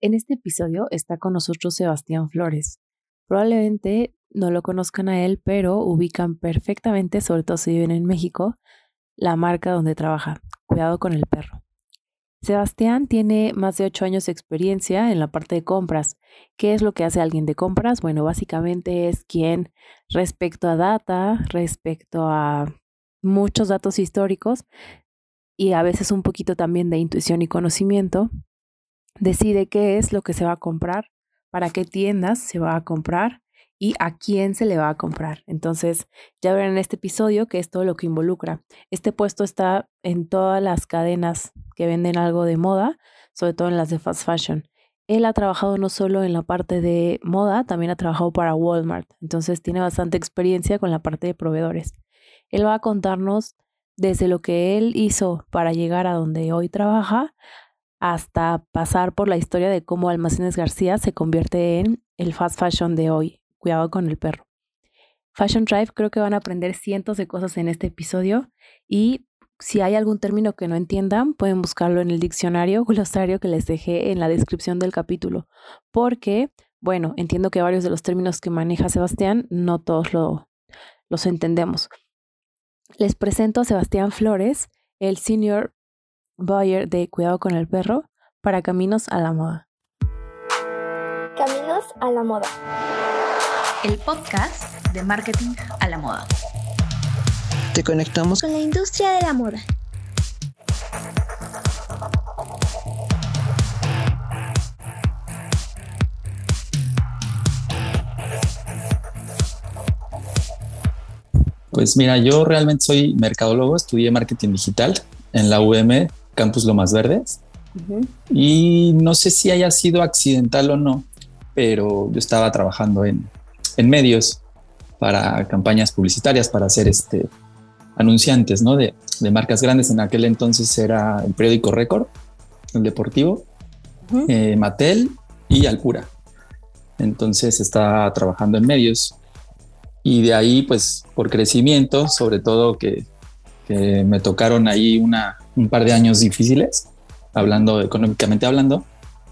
En este episodio está con nosotros Sebastián Flores. Probablemente no lo conozcan a él, pero ubican perfectamente, sobre todo si viven en México, la marca donde trabaja, Cuidado con el Perro. Sebastián tiene más de 8 años de experiencia en la parte de compras. ¿Qué es lo que hace alguien de compras? Bueno, básicamente es quien respecto a data, respecto a muchos datos históricos y a veces un poquito también de intuición y conocimiento, decide qué es lo que se va a comprar, para qué tiendas se va a comprar y a quién se le va a comprar. Entonces, ya verán en este episodio que es todo lo que involucra. Este puesto está en todas las cadenas que venden algo de moda, sobre todo en las de fast fashion. Él ha trabajado no solo en la parte de moda, también ha trabajado para Walmart. Entonces, tiene bastante experiencia con la parte de proveedores. Él va a contarnos desde lo que él hizo para llegar a donde hoy trabaja, hasta pasar por la historia de cómo Almacenes García se convierte en el fast fashion de hoy. Cuidado con el perro. Fashion Drive, creo que van a aprender cientos de cosas en este episodio y si hay algún término que no entiendan, pueden buscarlo en el diccionario o glosario que les dejé en la descripción del capítulo, porque, bueno, entiendo que varios de los términos que maneja Sebastián no todos los entendemos. Les presento a Sebastián Flores, el Senior Buyer de Cuidado con el Perro para Caminos a la Moda. Caminos a la Moda. El podcast de marketing a la moda. Te conectamos con la industria de la moda. Pues mira, yo realmente soy mercadólogo, estudié marketing digital en la UM Campus Lomas Verdes. Y no sé si haya sido accidental o no, pero yo estaba trabajando en medios para campañas publicitarias, para hacer anunciantes, ¿no? de marcas grandes. En aquel entonces era el periódico Récord, el deportivo, Mattel y Alpura. Entonces estaba trabajando en medios y de ahí, pues por crecimiento, sobre todo que me tocaron ahí un par de años difíciles, económicamente hablando,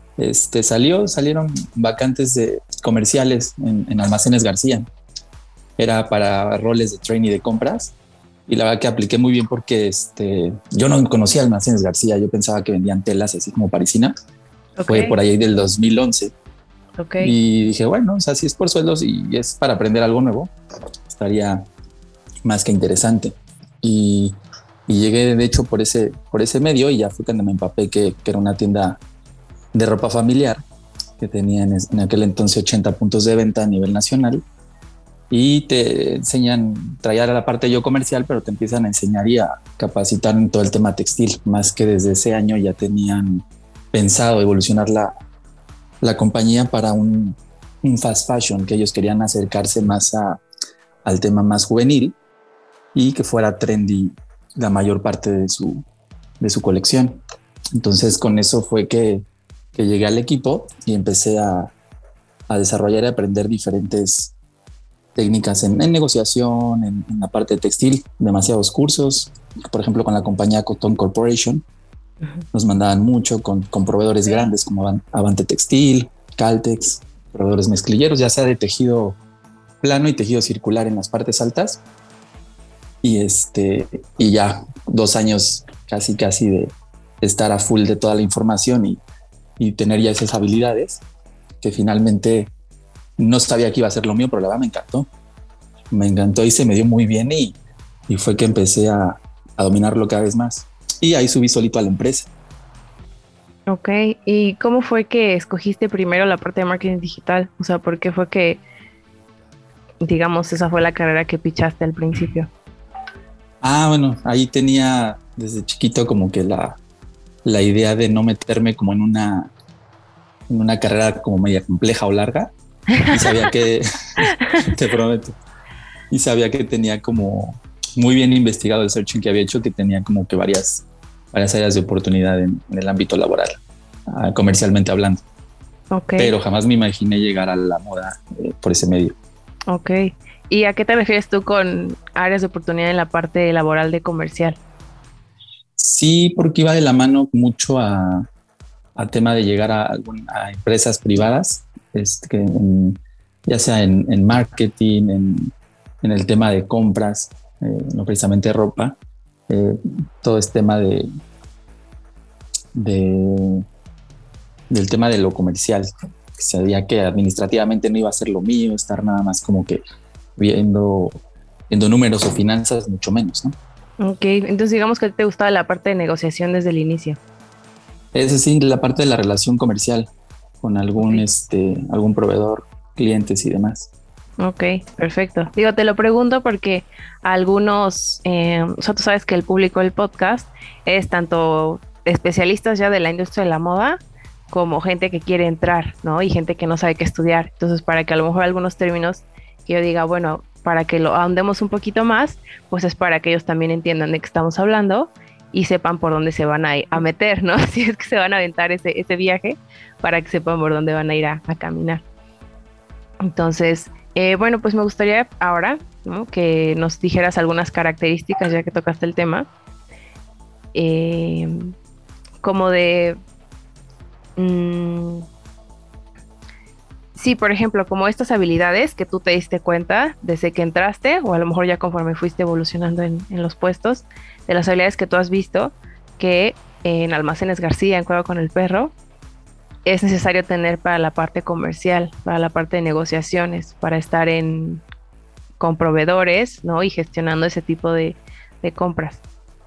salieron vacantes de comerciales en Almacenes García. Era para roles de trainee de compras y la verdad que apliqué muy bien porque yo no conocía Almacenes García, yo pensaba que vendían telas así como parisina. Okay. Fue por ahí del 2011. Okay. Y dije, bueno, o sea, si es por sueldos y es para aprender algo nuevo, estaría más que interesante. Y llegué de hecho por ese medio y ya fue cuando me empapé que era una tienda de ropa familiar que tenía en aquel entonces 80 puntos de venta a nivel nacional y te enseñan, traía la parte yo comercial, pero te empiezan a enseñar y a capacitar en todo el tema textil, más que desde ese año ya tenían pensado evolucionar la compañía para un fast fashion, que ellos querían acercarse más al tema más juvenil y que fuera trendy la mayor parte de su colección. Entonces con eso fue que llegué al equipo y empecé a desarrollar y aprender diferentes técnicas en negociación, en la parte de textil, demasiados cursos, por ejemplo con la compañía Cotton Corporation. Nos mandaban mucho con proveedores grandes como Avante Textil, Caltex, proveedores mezclilleros, ya sea de tejido plano y tejido circular en las partes altas. Y ya 2 años casi de estar a full de toda la información y tener ya esas habilidades que finalmente no sabía que iba a ser lo mío, pero la verdad me encantó y se me dio muy bien y fue que empecé a dominarlo cada vez más y ahí subí solito a la empresa. Ok, ¿y cómo fue que escogiste primero la parte de marketing digital? O sea, ¿por qué fue que, digamos, esa fue la carrera que pichaste al principio? Bueno, ahí tenía desde chiquito como que la idea de no meterme como en una carrera como media compleja o larga. Y sabía que, te prometo, y sabía que tenía como muy bien investigado el searching que había hecho, que tenía como que varias áreas de oportunidad en el ámbito laboral, comercialmente hablando. Okay. Pero jamás me imaginé llegar a la moda por ese medio. Ok. ¿Y a qué te refieres tú con áreas de oportunidad en la parte laboral de comercial? Sí, porque iba de la mano mucho a a tema de llegar a empresas privadas, ya sea en marketing, en el tema de compras, no precisamente ropa, todo este tema del tema de lo comercial. Sabía que administrativamente no iba a ser lo mío, estar nada más como que viendo números o finanzas, mucho menos, ¿no? Ok, entonces digamos que te gustaba la parte de negociación desde el inicio. Es decir, la parte de la relación comercial con algún proveedor, clientes y demás. Ok, perfecto. Digo, te lo pregunto porque algunos, o sea, tú sabes que el público del podcast es tanto especialistas ya de la industria de la moda como gente que quiere entrar, ¿no? Y gente que no sabe qué estudiar. Entonces, para que a lo mejor algunos términos que yo diga, bueno, para que lo ahondemos un poquito más, pues es para que ellos también entiendan de qué estamos hablando y sepan por dónde se van a meter, ¿no? Si es que se van a aventar ese viaje, para que sepan por dónde van a ir a caminar. Entonces, bueno, pues me gustaría ahora, ¿no?, que nos dijeras algunas características, ya que tocaste el tema, como de... sí, por ejemplo, como estas habilidades que tú te diste cuenta desde que entraste, o a lo mejor ya conforme fuiste evolucionando en los puestos, de las habilidades que tú has visto que en Almacenes García, en Cuidado con el Perro, es necesario tener para la parte comercial, para la parte de negociaciones, para estar con proveedores, ¿no? Y gestionando ese tipo de compras.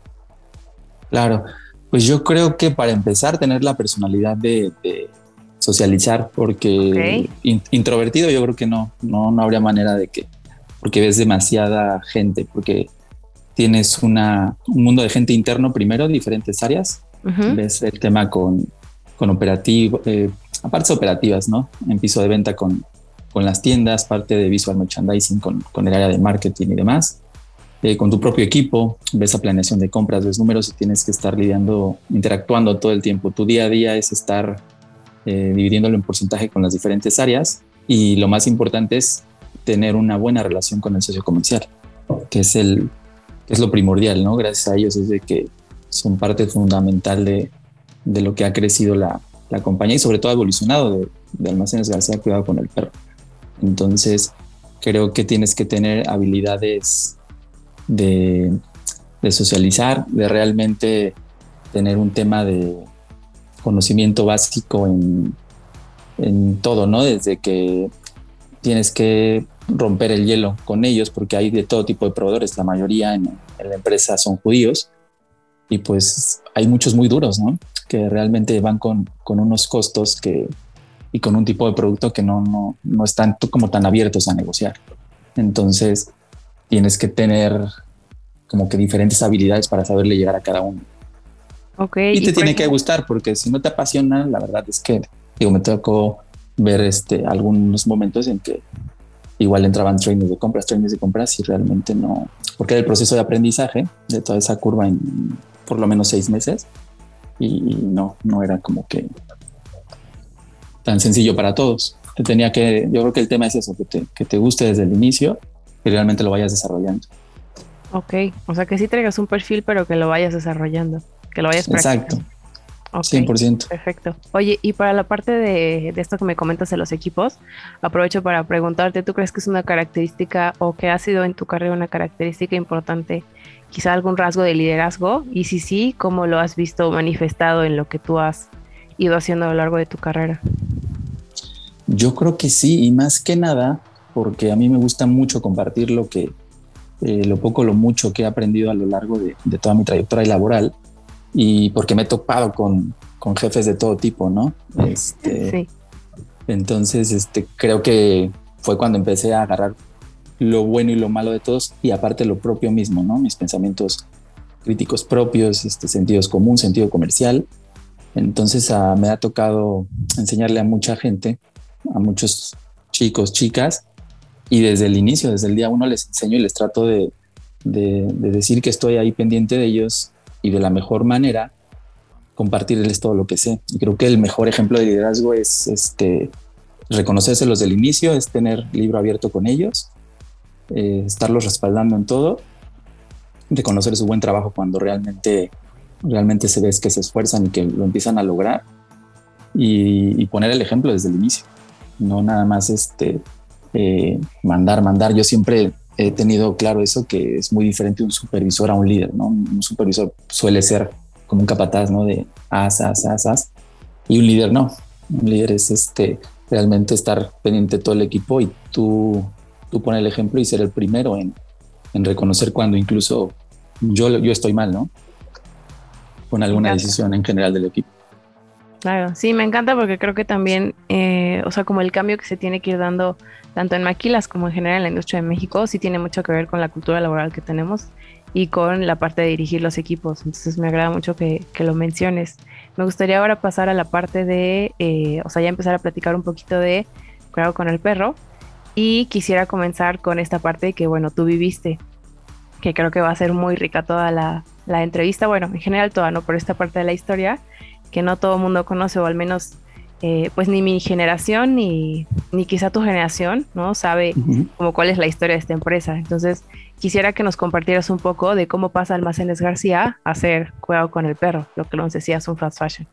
Claro, pues yo creo que para empezar, tener la personalidad de socializar, porque introvertido yo creo que no habría manera de que, porque ves demasiada gente, porque tienes un mundo de gente interno primero, diferentes áreas. Uh-huh. Ves el tema con operativo, partes operativas, ¿no? En piso de venta con las tiendas, parte de visual merchandising con el área de marketing y demás. Con tu propio equipo, ves la planeación de compras, ves números y tienes que estar interactuando todo el tiempo. Tu día a día es estar dividiéndolo en porcentaje con las diferentes áreas, y lo más importante es tener una buena relación con el socio comercial, que es lo primordial, ¿no? Gracias a ellos es de que son parte fundamental de lo que ha crecido la compañía y sobre todo ha evolucionado de Almacenes García Cuidado con el Perro. Entonces creo que tienes que tener habilidades de socializar, de realmente tener un tema de conocimiento básico en todo, ¿no? Desde que tienes que romper el hielo con ellos, porque hay de todo tipo de proveedores. La mayoría en la empresa son judíos y pues hay muchos muy duros, ¿no? Que realmente van con unos costos y con un tipo de producto que no están como tan abiertos a negociar. Entonces tienes que tener como que diferentes habilidades para saberle llegar a cada uno. Okay, y te tiene que gustar, porque si no te apasiona, la verdad es que, me tocó ver algunos momentos en que igual entraban trainings de compras y realmente no, porque era el proceso de aprendizaje de toda esa curva en por lo menos 6 meses y no era como que tan sencillo para todos. Yo creo que el tema es eso, que te guste desde el inicio y realmente lo vayas desarrollando. Ok, o sea que sí traigas un perfil, pero que lo vayas desarrollando, que lo vayas practicando. Exacto. Okay, 100%. Perfecto. Oye, y para la parte de esto que me comentas de los equipos, aprovecho para preguntarte, ¿tú crees que es una característica o que ha sido en tu carrera una característica importante, quizá algún rasgo de liderazgo? Y si sí, ¿cómo lo has visto manifestado en lo que tú has ido haciendo a lo largo de tu carrera? Yo creo que sí, y más que nada, porque a mí me gusta mucho compartir lo poco, lo mucho que he aprendido a lo largo de toda mi trayectoria laboral. Y porque me he topado con jefes de todo tipo, ¿no? Sí. Entonces, creo que fue cuando empecé a agarrar lo bueno y lo malo de todos y aparte lo propio mismo, ¿no? Mis pensamientos críticos propios, sentidos común, sentido comercial. Entonces me ha tocado enseñarle a mucha gente, a muchos chicos, chicas, y desde el inicio, desde el día 1 les enseño y les trato de decir que estoy ahí pendiente de ellos y de la mejor manera compartirles todo lo que sé. Y creo que el mejor ejemplo de liderazgo es reconocérselos del inicio, es tener libro abierto con ellos, estarlos respaldando en todo, reconocer su buen trabajo cuando realmente se ve que se esfuerzan y que lo empiezan a lograr, y poner el ejemplo desde el inicio. No nada más mandar. Yo siempre he tenido claro eso, que es muy diferente un supervisor a un líder, ¿no? Un supervisor suele ser como un capataz, ¿no? De as. Y un líder no. Un líder es realmente estar pendiente de todo el equipo y tú poner el ejemplo y ser el primero en reconocer cuando incluso yo estoy mal, ¿no? Con alguna decisión en general del equipo. Claro, sí, me encanta porque creo que también, o sea, como el cambio que se tiene que ir dando tanto en Maquilas como en general en la industria de México, sí tiene mucho que ver con la cultura laboral que tenemos y con la parte de dirigir los equipos. Entonces me agrada mucho que lo menciones. Me gustaría ahora pasar a la parte de, o sea, ya empezar a platicar un poquito de Cuidado con el Perro, y quisiera comenzar con esta parte que, bueno, tú viviste, que creo que va a ser muy rica toda la entrevista, bueno, en general toda, ¿no? Por esta parte de la historia que no todo el mundo conoce, o al menos pues ni mi generación ni quizá tu generación, ¿no? Sabe como cuál es la historia de esta empresa. Entonces quisiera que nos compartieras un poco de cómo pasa Almacenes García a hacer Cuidado con el Perro, lo que nos decías, un fast fashion.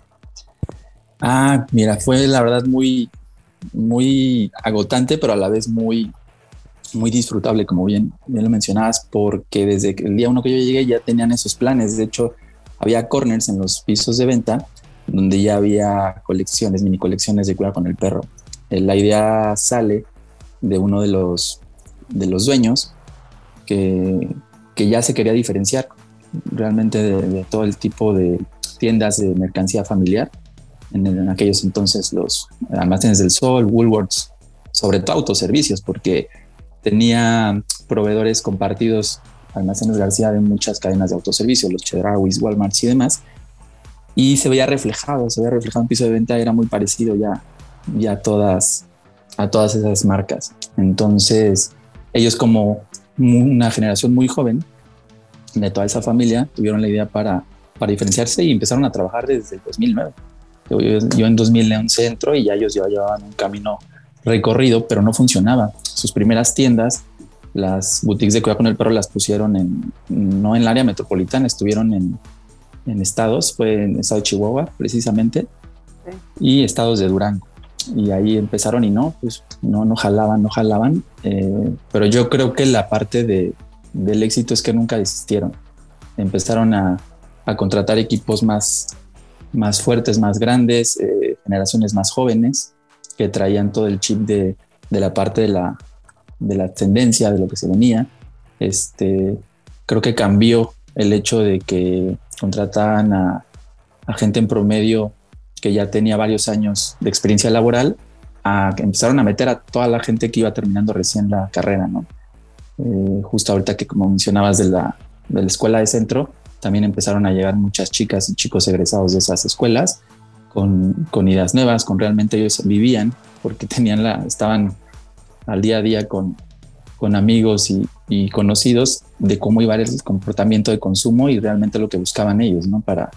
Mira, fue la verdad muy, muy agotante, pero a la vez muy, muy disfrutable, como bien lo mencionabas, porque desde el día uno que yo llegué ya tenían esos planes. De hecho, había corners en los pisos de venta donde ya había colecciones, mini colecciones de Cuidado con el Perro. La idea sale de uno de los dueños que ya se quería diferenciar realmente de todo el tipo de tiendas de mercancía familiar. En aquellos entonces los Almacenes del Sol, Woolworths, sobre todo autoservicios, porque tenía proveedores compartidos Almacenes García de muchas cadenas de autoservicio, los Chedrauis, Walmarts y demás, y se veía reflejado en piso de venta, era muy parecido ya a todas esas marcas. Entonces ellos, como una generación muy joven de toda esa familia, tuvieron la idea para diferenciarse y empezaron a trabajar desde el 2009. Yo en 2011 entro y ya ellos ya llevaban un camino recorrido, pero no funcionaba. Sus primeras tiendas, las boutiques de Cuidado con el Perro, las pusieron no en el área metropolitana, estuvieron en estados, fue en el estado de Chihuahua precisamente, y estados de Durango. Y ahí empezaron y no jalaban. Pero yo creo que la parte del éxito es que nunca desistieron. Empezaron a contratar equipos más fuertes, más grandes, generaciones más jóvenes que traían todo el chip de la parte de la tendencia, de lo que se venía. Creo que cambió el hecho de que contrataban a gente en promedio que ya tenía varios años de experiencia laboral, a que empezaron a meter a toda la gente que iba terminando recién la carrera, ¿no? Justo ahorita que, como mencionabas, de la escuela de centro, también empezaron a llegar muchas chicas y chicos egresados de esas escuelas con ideas nuevas, realmente ellos vivían, porque estaban al día a día con amigos y conocidos de cómo iba el comportamiento de consumo y realmente lo que buscaban ellos, ¿no? Para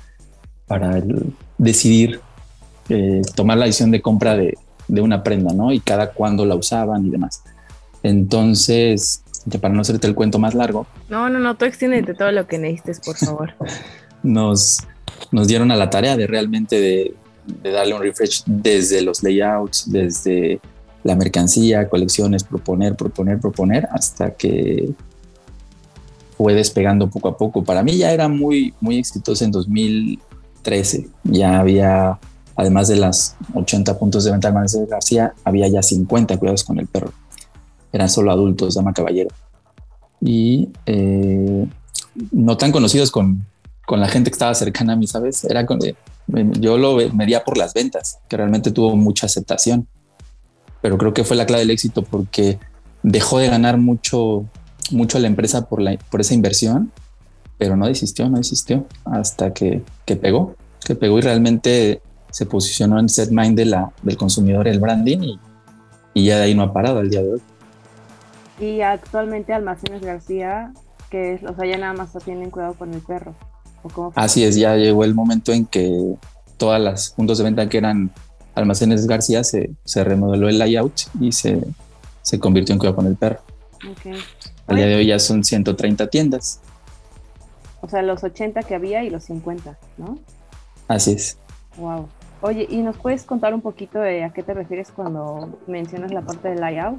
decidir tomar la decisión de compra de una prenda, ¿no? Y cada cuándo la usaban y demás. Entonces, para no hacerte el cuento más largo. No, tú extiéndete todo lo que necesites, por favor. Nos dieron a la tarea de realmente de darle un refresh desde los layouts, desde la mercancía, colecciones, proponer, hasta que fue despegando poco a poco. Para mí ya era muy, muy exitoso en 2013. Ya había, además de las 80 puntos de venta de Almacenes García, había ya 50 Cuidados con el Perro. Eran solo adultos, dama, caballero. Y no tan conocidos con la gente que estaba cercana a mí, ¿sabes? Yo lo medía por las ventas, que realmente tuvo mucha aceptación. Pero creo que fue la clave del éxito, porque dejó de ganar mucho la empresa por esa inversión, pero no desistió hasta que pegó y realmente se posicionó en set mind del consumidor, el branding, y ya de ahí no ha parado al día de hoy. Y actualmente Almacenes García, que es, o sea, ya nada más tienen Cuidado con el Perro. ¿O cómo fue? Así es, ya llegó el momento en que todas las puntos de venta que eran Almacenes García se remodeló el layout y se convirtió en Cuidado con el Perro. Okay. Al día de hoy ya son 130 tiendas. O sea, los 80 que había y los 50, ¿no? Así es. Wow. Oye, ¿y nos puedes contar un poquito de a qué te refieres cuando mencionas la parte del layout?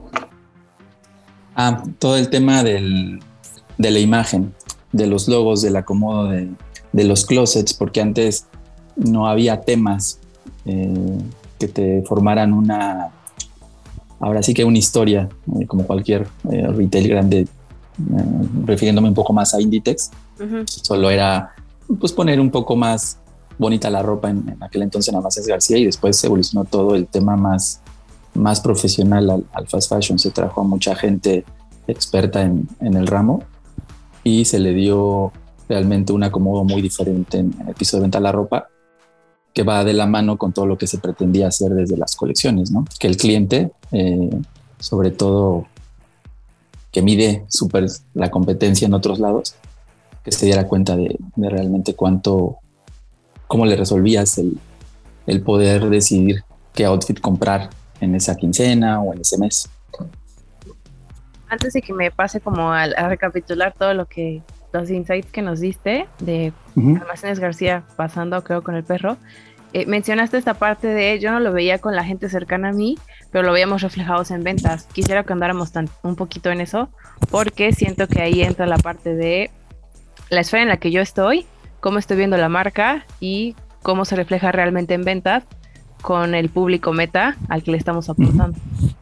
Todo el tema de la imagen, de los logos, del acomodo de los closets, porque antes no había temas que te formaran ahora sí que una historia, como cualquier retail grande, refiriéndome un poco más a Inditex. Uh-huh. Solo era pues poner un poco más bonita la ropa en aquel entonces en Almacenes García, y después evolucionó todo el tema más profesional al fast fashion. Se trajo a mucha gente experta en el ramo y se le dio realmente un acomodo muy diferente en el piso de venta de la ropa, que va de la mano con todo lo que se pretendía hacer desde las colecciones, ¿no? Que el cliente, sobre todo que mide súper la competencia en otros lados, que se diera cuenta de realmente cómo le resolvías el poder decidir qué outfit comprar en esa quincena o en ese mes. Antes de que me pase como a recapitular todo los insights que nos diste de Almacenes García pasando creo con el perro, mencionaste esta parte de yo no lo veía con la gente cercana a mí, pero lo veíamos reflejados en ventas. Quisiera que andáramos un poquito en eso, porque siento que ahí entra la parte de la esfera en la que yo estoy, cómo estoy viendo la marca y cómo se refleja realmente en ventas con el público meta al que le estamos apuntando.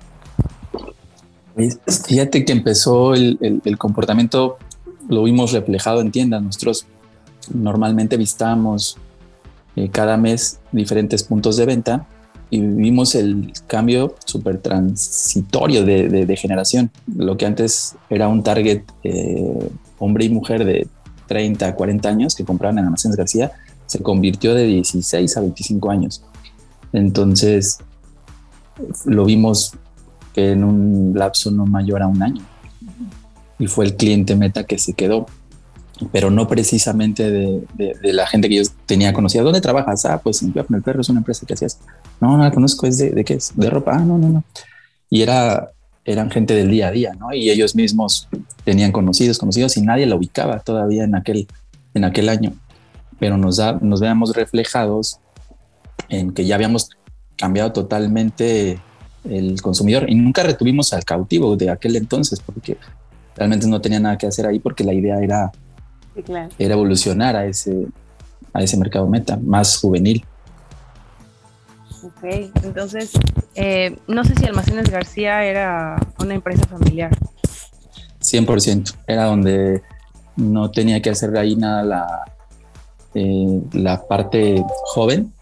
Fíjate que empezó el comportamiento, lo vimos reflejado en tiendas. Nosotros normalmente visitamos cada mes diferentes puntos de venta y vimos el cambio súper transitorio de generación. Lo que antes era un target hombre y mujer de 30 a 40 años que compraban en Almacenes García, se convirtió de 16 a 25 años. Entonces lo vimos que en un lapso no mayor a un año, y fue el cliente meta que se quedó, pero no precisamente de la gente que yo tenía conocida. ¿Dónde trabajas? Pues en Con el Perro, es una empresa que hacías. No la conozco. ¿Es de qué es? ¿De ropa? No. Y eran gente del día a día, ¿no? Y ellos mismos tenían conocidos y nadie la ubicaba todavía en aquel año, pero nos veíamos reflejados en que ya habíamos cambiado totalmente el consumidor, y nunca retuvimos al cautivo de aquel entonces, porque realmente no tenía nada que hacer ahí, porque la idea era evolucionar a ese mercado meta más juvenil. Ok, entonces no sé si Almacenes García era una empresa familiar. 100%, era donde no tenía que hacer ahí nada la parte joven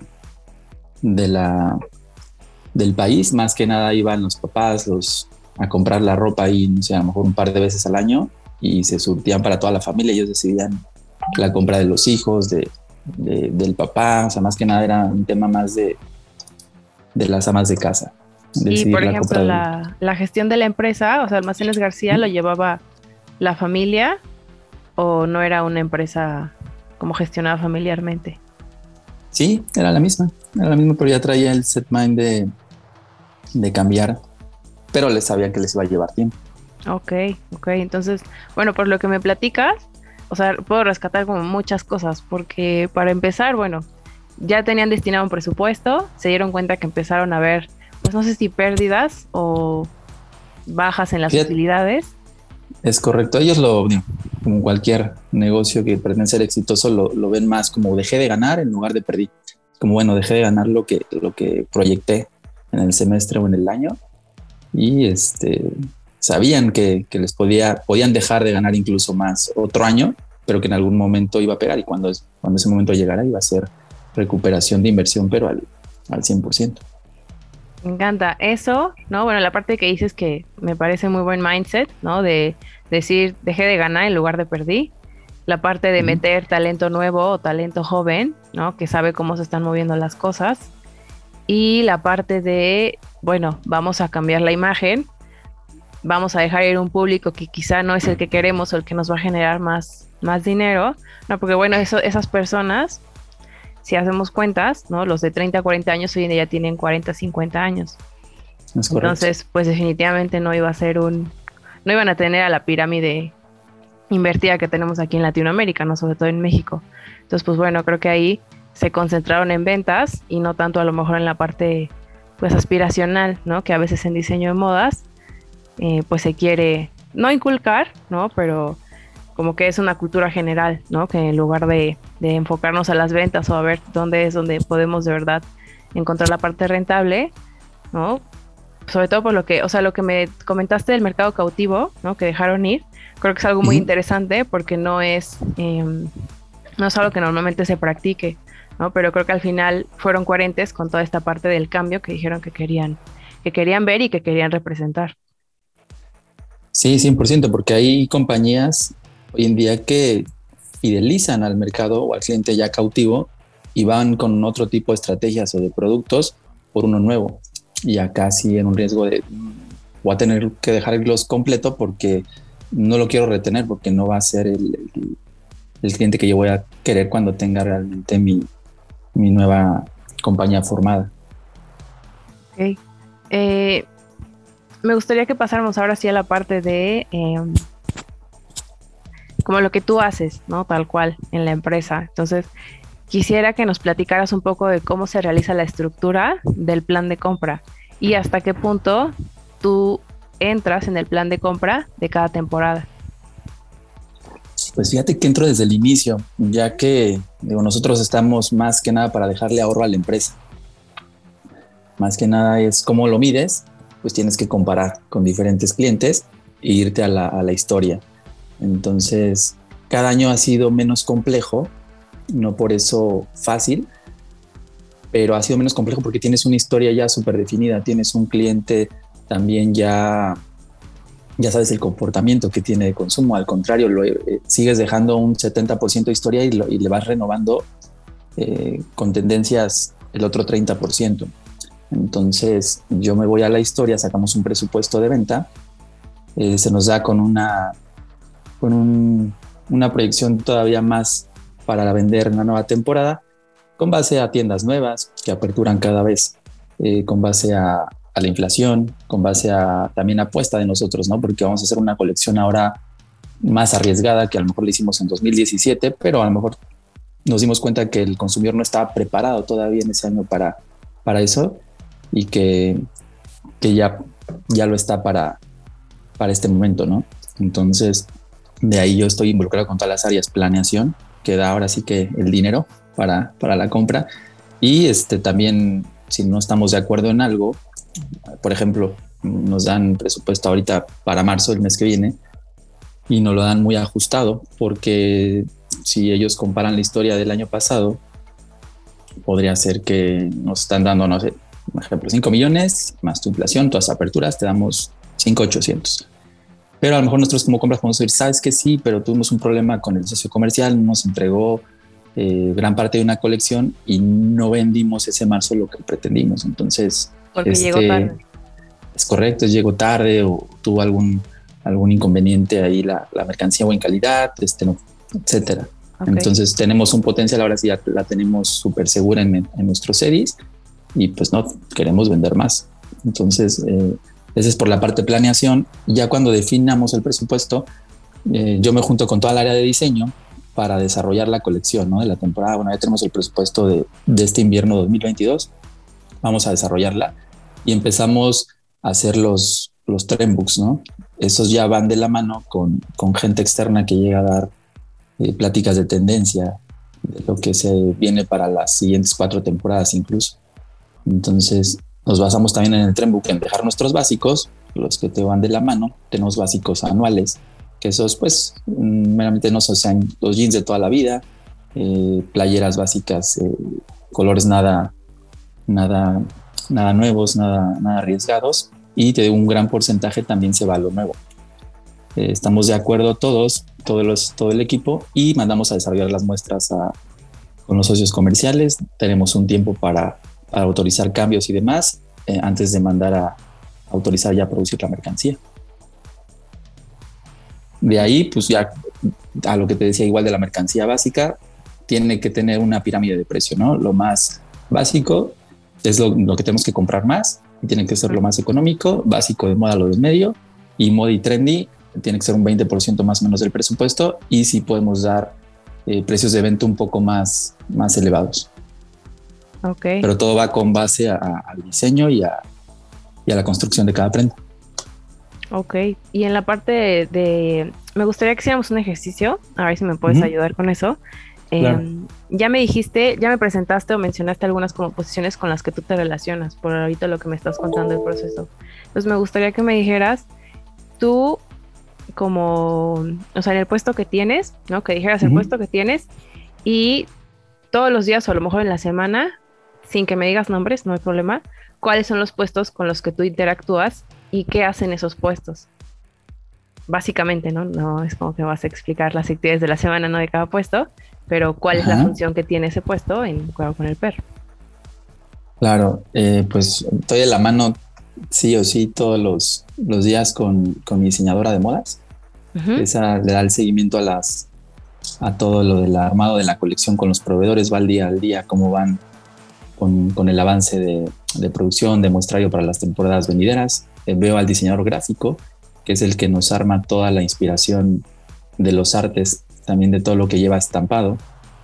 del país. Más que nada iban los papás a comprar la ropa ahí, no sé, a lo mejor un par de veces al año, y se surtían para toda la familia. Ellos decidían la compra de los hijos, del papá. O sea, más que nada era un tema más de las amas de casa. Y por ejemplo, la gestión de la empresa, o sea, Almacenes García, ¿lo llevaba la familia o no era una empresa como gestionada familiarmente? Sí, era la misma, pero ya traía el set mind de cambiar, pero les sabía que les iba a llevar tiempo. Ok, entonces, bueno, por lo que me platicas, o sea, puedo rescatar como muchas cosas, porque para empezar, bueno, ya tenían destinado un presupuesto, se dieron cuenta que empezaron a ver, pues no sé si pérdidas o bajas en las utilidades. Es correcto, ellos como cualquier negocio que pretende ser exitoso, lo ven más como dejé de ganar en lugar de perdí. Como bueno, dejé de ganar lo que proyecté en el semestre o en el año, y sabían que les podían dejar de ganar incluso más otro año, pero que en algún momento iba a pegar, y cuando ese momento llegara iba a ser recuperación de inversión, pero al 100%. Me encanta eso, ¿no? Bueno, la parte que dices que me parece muy buen mindset, ¿no? De decir, dejé de ganar en lugar de perdí. La parte de meter talento nuevo o talento joven, ¿no? Que sabe cómo se están moviendo las cosas. Y la parte de, bueno, vamos a cambiar la imagen, vamos a dejar ir un público que quizá no es el que queremos o el que nos va a generar más dinero, ¿no? Porque bueno, esas personas, si hacemos cuentas, ¿no? Los de 30 a 40 años hoy en día tienen 40, 50 años. Es correcto. Entonces, pues definitivamente no iban a tener a la pirámide invertida que tenemos aquí en Latinoamérica, ¿no? Sobre todo en México. Entonces, pues bueno, creo que ahí se concentraron en ventas y no tanto a lo mejor en la parte pues aspiracional, ¿no? Que a veces en diseño de modas pues se quiere no inculcar, ¿no? Pero como que es una cultura general, ¿no? Que en lugar de enfocarnos a las ventas o a ver dónde es donde podemos de verdad encontrar la parte rentable, ¿no? Sobre todo por lo que me comentaste del mercado cautivo, ¿no? Que dejaron ir, creo que es algo muy interesante porque no es algo que normalmente se practique, ¿no? Pero creo que al final fueron coherentes con toda esta parte del cambio que dijeron que querían ver y que querían representar. Sí, 100%, porque hay compañías hoy en día que fidelizan al mercado o al cliente ya cautivo y van con otro tipo de estrategias o de productos por uno nuevo. Y acá sí en un riesgo de voy a tener que dejar el gloss completo porque no lo quiero retener, porque no va a ser el cliente que yo voy a querer cuando tenga realmente mi nueva compañía formada. Ok. Me gustaría que pasáramos ahora sí a la parte de como lo que tú haces, ¿no? Tal cual en la empresa. Entonces, quisiera que nos platicaras un poco de cómo se realiza la estructura del plan de compra y hasta qué punto tú entras en el plan de compra de cada temporada. Pues fíjate que entro desde el inicio, ya que nosotros estamos más que nada para dejarle ahorro a la empresa. Más que nada es cómo lo mides, pues tienes que comparar con diferentes clientes e irte a la historia. Entonces, cada año ha sido menos complejo, no por eso fácil, pero ha sido menos complejo porque tienes una historia ya súper definida, tienes un cliente también ya sabes el comportamiento que tiene de consumo. Al contrario, sigues dejando un 70% de historia y le vas renovando con tendencias el otro 30%. Entonces yo me voy a la historia, sacamos un presupuesto de venta, se nos da con una proyección todavía más para vender en la nueva temporada, con base a tiendas nuevas que aperturan cada vez, con base a la inflación, con base a también apuesta de nosotros, ¿no? Porque vamos a hacer una colección ahora más arriesgada que a lo mejor la hicimos en 2017, pero a lo mejor nos dimos cuenta que el consumidor no estaba preparado todavía en ese año para eso y que ya lo está para este momento, ¿no? Entonces, de ahí yo estoy involucrado con todas las áreas, planeación, que da ahora sí que el dinero para la compra, y también si no estamos de acuerdo en algo, por ejemplo, nos dan presupuesto ahorita para marzo, el mes que viene, y nos lo dan muy ajustado, porque si ellos comparan la historia del año pasado, podría ser que nos están dando, no sé, por ejemplo, 5 millones más tu inflación, todas las aperturas, te damos 5,800. Pero a lo mejor nosotros como compras podemos decir, sabes que sí, pero tuvimos un problema con el socio comercial, nos entregó gran parte de una colección y no vendimos ese marzo lo que pretendimos. Entonces, porque llegó tarde. Es correcto, llegó tarde o tuvo algún inconveniente ahí la mercancía o en calidad, etcétera. Okay. Entonces tenemos un potencial, ahora sí ya la tenemos súper segura en nuestros sedis y pues no queremos vender más. Entonces ese es por la parte de planeación. Ya cuando definamos el presupuesto, yo me junto con toda el área de diseño para desarrollar la colección, ¿no? De la temporada. Bueno, ya tenemos el presupuesto de este invierno 2022, vamos a desarrollarla y empezamos a hacer los trendbooks, ¿no? Esos ya van de la mano con gente externa que llega a dar pláticas de tendencia de lo que se viene para las siguientes 4 temporadas incluso. Entonces nos basamos también en el trendbook en dejar nuestros básicos, los que te van de la mano. Tenemos básicos anuales, que esos pues meramente no sean los jeans de toda la vida, playeras básicas, colores nada nuevos, nada arriesgados, y un gran porcentaje también se va a lo nuevo. Estamos de acuerdo todo el equipo y mandamos a desarrollar las muestras con los socios comerciales. Tenemos un tiempo para autorizar cambios y demás antes de mandar a autorizar ya a producir la mercancía. De ahí, pues ya a lo que te decía igual de la mercancía básica, tiene que tener una pirámide de precio, ¿no? Lo más básico es lo que tenemos que comprar más y tiene que ser lo más económico, básico de moda lo del medio, y moda y trendy tiene que ser un 20% más o menos del presupuesto, y sí podemos dar precios de venta un poco más elevados. Okay. Pero todo va con base al diseño y a la construcción de cada prenda. Ok, y en la parte me gustaría que hiciéramos un ejercicio, a ver si me puedes ayudar con eso. Claro. Ya me dijiste, ya me presentaste o mencionaste algunas como posiciones con las que tú te relacionas, por ahorita lo que me estás contando del proceso. Entonces me gustaría que me dijeras, tú como, o sea, en el puesto que tienes, ¿no? Que dijeras el puesto que tienes y todos los días o a lo mejor en la semana, sin que me digas nombres, no hay problema, cuáles son los puestos con los que tú interactúas y qué hacen esos puestos. Básicamente, ¿no? No es como que vas a explicar las actividades de la semana, no de cada puesto, pero cuál es la función que tiene ese puesto en Cuidado con el Perro. Claro, pues estoy de la mano sí o sí todos los días con mi diseñadora de modas. Esa le da el seguimiento a todo lo del armado de la colección con los proveedores, va al día, cómo van con el avance de producción, de muestrario para las temporadas venideras. Veo al diseñador gráfico, que es el que nos arma toda la inspiración de los artes, también de todo lo que lleva estampado,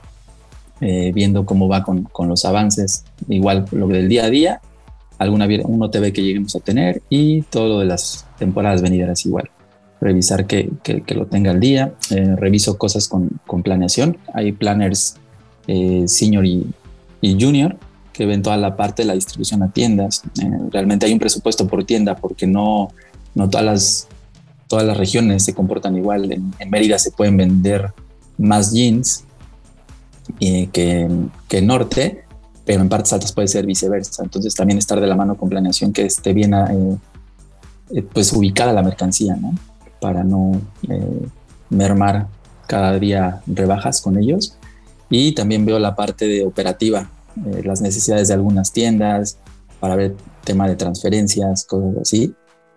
viendo cómo va con los avances, igual lo del día a día, un OTV que lleguemos a tener y todo lo de las temporadas venideras igual. Revisar que lo tenga al día. Reviso cosas con planeación. Hay planners senior y junior que ven toda la parte de la distribución a tiendas. Realmente hay un presupuesto por tienda porque no todas las regiones se comportan igual. En Mérida se pueden vender más jeans que en norte, pero en partes altas puede ser viceversa. Entonces también estar de la mano con planeación, que esté bien pues ubicada la mercancía, ¿no? Para no mermar cada día rebajas con ellos. Y también veo la parte de operativa, las necesidades de algunas tiendas, para ver tema de transferencias, cosas así.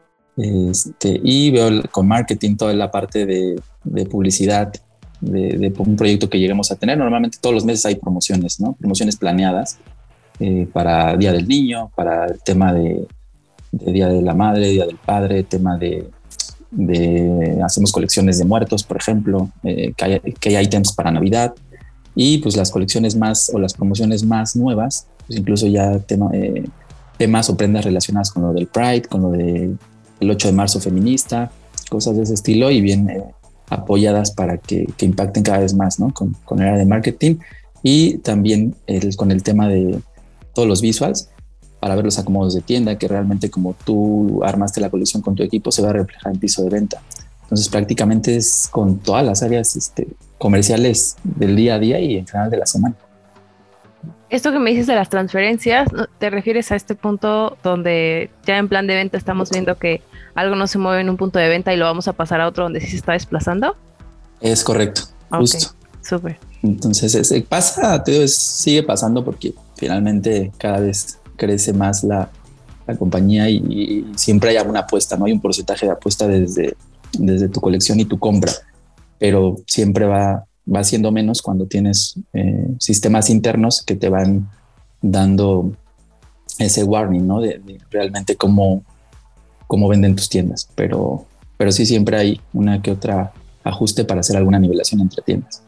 Y veo con marketing toda la parte de publicidad, de un proyecto que lleguemos a tener. Normalmente todos los meses hay promociones, ¿no? Promociones planeadas para Día del Niño, para el tema de Día de la Madre, Día del Padre, tema de hacemos colecciones de muertos, por ejemplo, que hay ítems para Navidad, y pues las colecciones más o las promociones más nuevas, pues incluso ya temas o prendas relacionadas con lo del Pride, con lo del 8 de marzo feminista, cosas de ese estilo, y bien apoyadas para que impacten cada vez más, ¿no? Con el área de marketing, y también con el tema de todos los visuals, para ver los acomodos de tienda, que realmente como tú armaste la colección con tu equipo se va a reflejar en piso de venta. Entonces prácticamente es con todas las áreas comerciales del día a día y en general de la semana. Esto que me dices de las transferencias, ¿te refieres a este punto donde ya en plan de venta estamos viendo que algo no se mueve en un punto de venta y lo vamos a pasar a otro donde sí se está desplazando? Es correcto, justo. Súper. Entonces sigue pasando porque finalmente cada vez crece más la compañía y siempre hay alguna apuesta, ¿no? Hay un porcentaje de apuesta desde tu colección y tu compra, pero siempre va siendo menos cuando tienes sistemas internos que te van dando ese warning, ¿no? De realmente cómo venden tus tiendas, pero sí siempre hay una que otra ajuste para hacer alguna nivelación entre tiendas.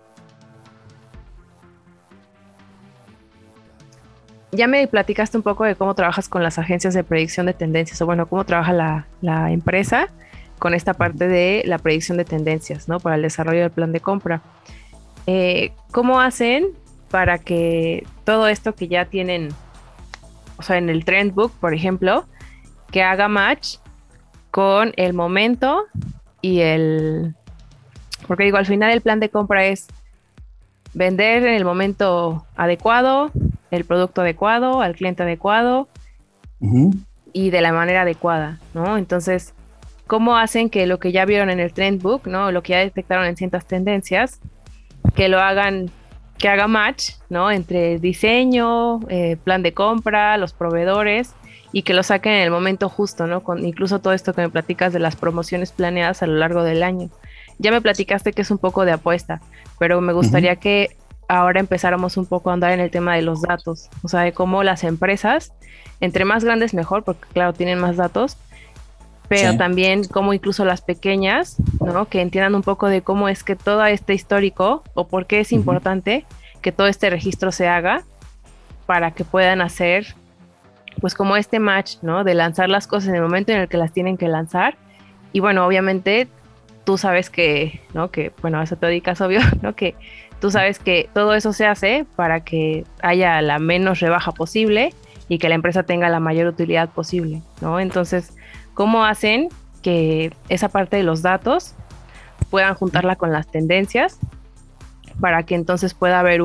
Ya me platicaste un poco de cómo trabajas con las agencias de predicción de tendencias, o bueno, cómo trabaja la empresa con esta parte de la predicción de tendencias, ¿no? Para el desarrollo del plan de compra. ¿Cómo hacen para que todo esto que ya tienen, o sea, en el Trend Book, por ejemplo, que haga match con el momento y porque digo, al final el plan de compra es vender en el momento adecuado, el producto adecuado, al cliente adecuado y de la manera adecuada, ¿no? Entonces, ¿cómo hacen que lo que ya vieron en el Trend Book, ¿no? Lo que ya detectaron en ciertas tendencias, que haga match, ¿no? Entre diseño, plan de compra, los proveedores, y que lo saquen en el momento justo, ¿no? Con incluso todo esto que me platicas de las promociones planeadas a lo largo del año. Ya me platicaste que es un poco de apuesta, pero me gustaría que ahora empezáramos un poco a andar en el tema de los datos, o sea, de cómo las empresas, entre más grandes mejor, porque claro, tienen más datos, pero también como incluso las pequeñas, ¿no? Que entiendan un poco de cómo es que todo este histórico o por qué es importante que todo este registro se haga para que puedan hacer pues como este match, ¿no? De lanzar las cosas en el momento en el que las tienen que lanzar. Y bueno, obviamente tú sabes que, ¿no? Que, bueno, a eso te dedicas, obvio, ¿no? Que tú sabes que todo eso se hace para que haya la menos rebaja posible y que la empresa tenga la mayor utilidad posible, ¿no? Entonces, ¿cómo hacen que esa parte de los datos puedan juntarla con las tendencias para que entonces pueda haber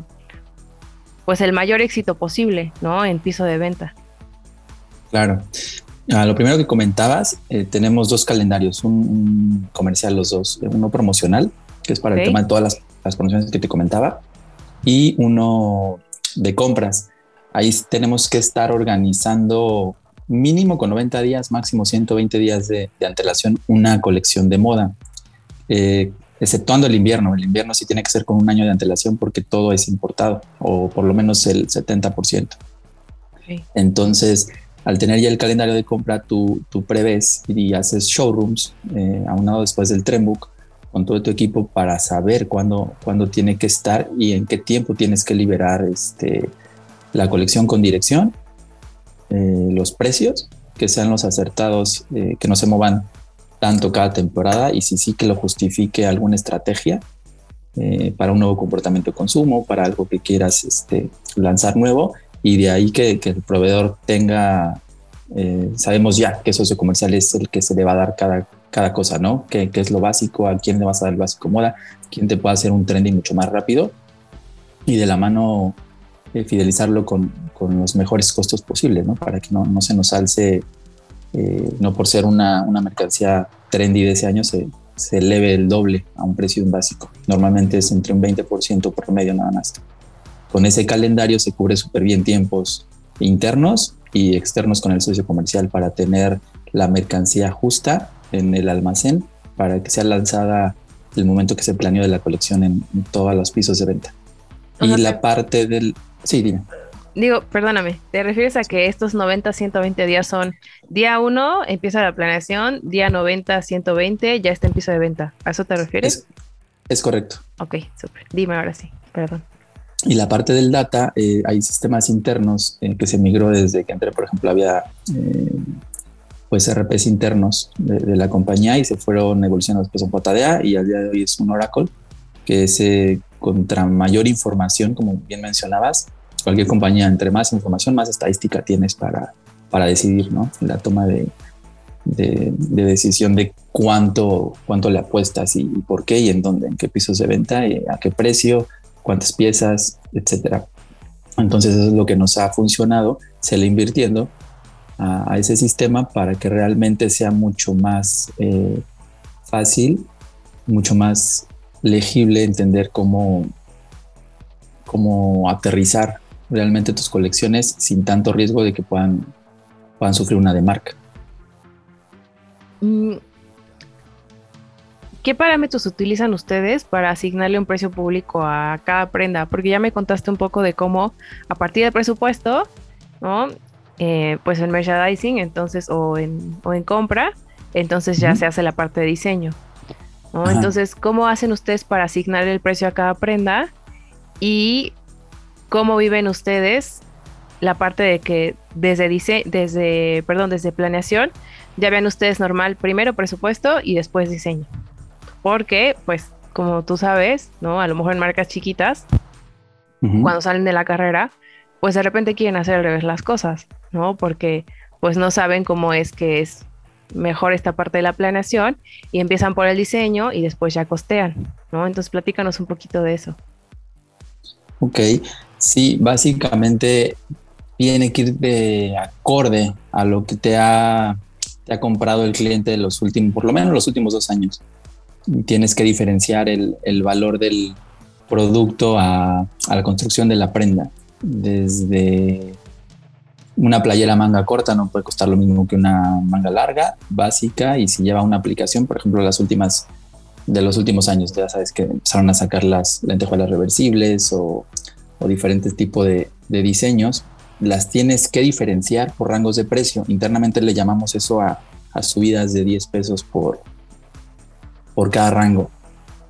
pues el mayor éxito posible, ¿no? En piso de venta? Claro. Lo primero que comentabas, tenemos 2 calendarios, un comercial los dos, uno promocional, que es para el tema de todas las promociones que te comentaba, y uno de compras. Ahí tenemos que estar organizando mínimo con 90 días, máximo 120 días de antelación, una colección de moda, exceptuando el invierno. El invierno sí tiene que ser con un año de antelación porque todo es importado, o por lo menos el 70%. Okay. Entonces, al tener ya el calendario de compra, tú prevés y haces showrooms aunado después del trend book con todo tu equipo para saber cuándo tiene que estar y en qué tiempo tienes que liberar la colección con dirección, los precios, que sean los acertados, que no se muevan tanto cada temporada, y si sí que lo justifique alguna estrategia para un nuevo comportamiento de consumo, para algo que quieras lanzar nuevo, y de ahí que el proveedor tenga, sabemos ya qué socio comercial es el que se le va a dar cada cosa, ¿no? ¿Qué es lo básico? ¿A quién le vas a dar el básico moda? ¿Quién te puede hacer un trending mucho más rápido? Y de la mano fidelizarlo con los mejores costos posibles, ¿no? Para que no se nos alce, no por ser una mercancía trendy de ese año se eleve el doble a un precio básico. Normalmente es entre un 20% por medio nada más. Con ese calendario se cubre súper bien tiempos internos y externos con el socio comercial para tener la mercancía justa en el almacén para que sea lanzada el momento que se planeó de la colección en todos los pisos de venta. Y la parte del... Sí, dime. Digo, perdóname, ¿te refieres a que estos 90, 120 días son día 1, empieza la planeación, día 90, 120, ya está en piso de venta? ¿A eso te refieres? Es correcto. Ok, súper. Dime ahora sí, perdón. Y la parte del data, hay sistemas internos que se migró desde que entré. Por ejemplo, había pues RPs internos de la compañía y se fueron evolucionando después en JDA, y al día de hoy es un Oracle que es contra mayor información, como bien mencionabas. Cualquier compañía, entre más información, más estadística tienes para decidir, ¿no? La toma de decisión de cuánto le apuestas y por qué y en dónde, en qué pisos de venta, a qué precio, cuántas piezas, etcétera. Entonces eso es lo que nos ha funcionado, se le invirtiendo a ese sistema para que realmente sea mucho más fácil, mucho más legible entender cómo aterrizar realmente tus colecciones sin tanto riesgo de que puedan sufrir una demarca. ¿Qué parámetros utilizan ustedes para asignarle un precio público a cada prenda? Porque ya me contaste un poco de cómo a partir del presupuesto, ¿no? Pues en merchandising, entonces, o en compra, entonces ya se hace la parte de diseño, ¿no? Entonces, ¿cómo hacen ustedes para asignar el precio a cada prenda? Y ¿cómo viven ustedes la parte de que desde planeación ya vean ustedes normal primero presupuesto y después diseño? Porque, pues, como tú sabes, ¿no? A lo mejor en marcas chiquitas, cuando salen de la carrera, pues de repente quieren hacer al revés las cosas, ¿no? Porque pues no saben cómo es que es mejor esta parte de la planeación y empiezan por el diseño y después ya costean, ¿no? Entonces platícanos un poquito de eso. Ok, sí, básicamente tiene que ir de acorde a lo que te ha comprado el cliente de los últimos, por lo menos los últimos 2 años. Tienes que diferenciar el valor del producto a la construcción de la prenda. Desde una playera manga corta no puede costar lo mismo que una manga larga, básica, y si lleva una aplicación, por ejemplo, de los últimos años, ya sabes que empezaron a sacar las lentejuelas reversibles o diferentes tipos de diseños, las tienes que diferenciar por rangos de precio. Internamente le llamamos eso a subidas de 10 pesos por cada rango.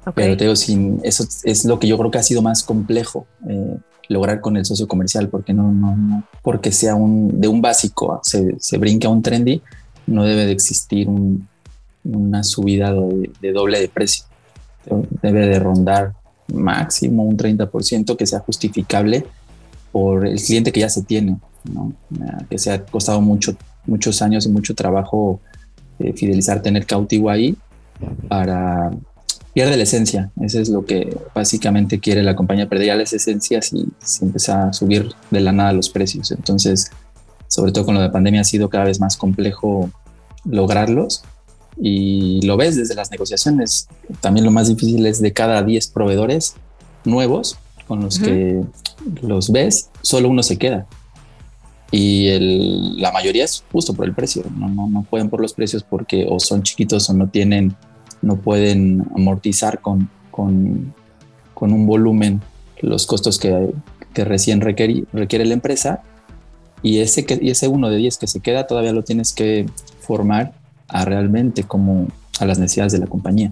Pero te digo, eso es lo que yo creo que ha sido más complejo lograr con el socio comercial, porque no porque sea de un básico se brinca a un trendy, no debe de existir una subida de doble de precio. Debe de rondar máximo un 30% que sea justificable por el cliente que ya se tiene, ¿no? Que se ha costado muchos años y mucho trabajo fidelizar, tener cautivo ahí, pierde la esencia. Eso es lo que básicamente quiere la compañía, perder las esencias y se empieza a subir de la nada los precios. Entonces, sobre todo con lo de pandemia, ha sido cada vez más complejo lograrlos, y lo ves desde las negociaciones. También lo más difícil es de cada 10 proveedores nuevos con los que los ves, solo uno se queda. Y la mayoría es justo por el precio. No pueden por los precios porque o son chiquitos o no pueden amortizar con un volumen los costos que recién requiere la empresa. Y ese uno de 10 que se queda todavía lo tienes que formar realmente como a las necesidades de la compañía.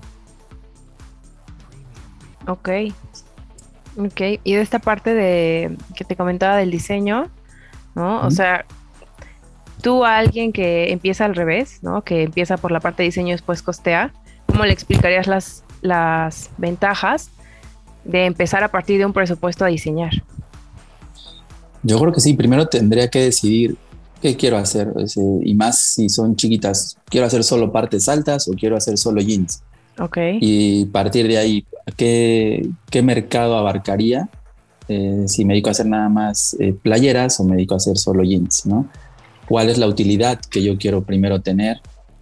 Ok. Y de esta parte que te comentaba del diseño, ¿no? O sea, tú a alguien que empieza al revés, ¿no? Que empieza por la parte de diseño y después costea, ¿cómo le explicarías las ventajas de empezar a partir de un presupuesto a diseñar? Yo creo que sí, primero tendría que decidir qué quiero hacer, y más si son chiquitas. ¿Quiero hacer solo partes altas o quiero hacer solo jeans? Ok. Y partir de ahí, ¿qué mercado abarcaría? Si me dedico a hacer nada más playeras o me dedico a hacer solo jeans, ¿no? ¿Cuál es la utilidad que yo quiero primero tener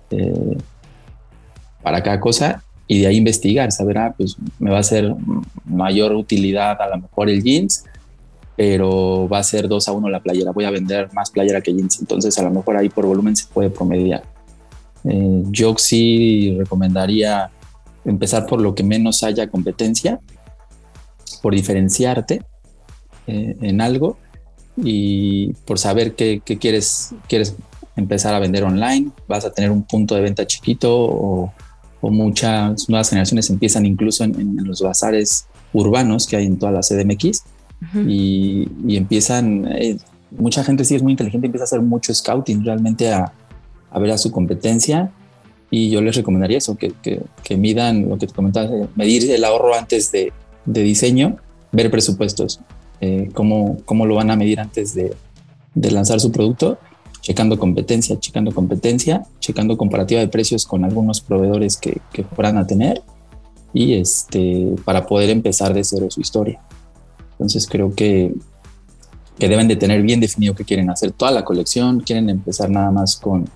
para cada cosa? Y de ahí investigar, saber, pues me va a hacer mayor utilidad a lo mejor el jeans, pero va a ser 2-1 la playera. Voy a vender más playera que jeans. Entonces, a lo mejor ahí por volumen se puede promediar. Yo sí recomendaría empezar por lo que menos haya competencia, por diferenciarte en algo y por saber qué quieres empezar a vender online. Vas a tener un punto de venta chiquito o muchas nuevas generaciones empiezan incluso en los bazares urbanos que hay en toda la CDMX. Y empiezan, mucha gente sí es muy inteligente, empieza a hacer mucho scouting realmente a ver a su competencia, y yo les recomendaría eso, que midan lo que te comentaba, medir el ahorro antes de diseño, ver presupuestos, cómo lo van a medir antes de lanzar su producto, checando competencia, checando comparativa de precios con algunos proveedores que fueran a tener, y para poder empezar de cero su historia. Entonces creo que deben de tener bien definido que quieren hacer toda la colección, quieren empezar nada más con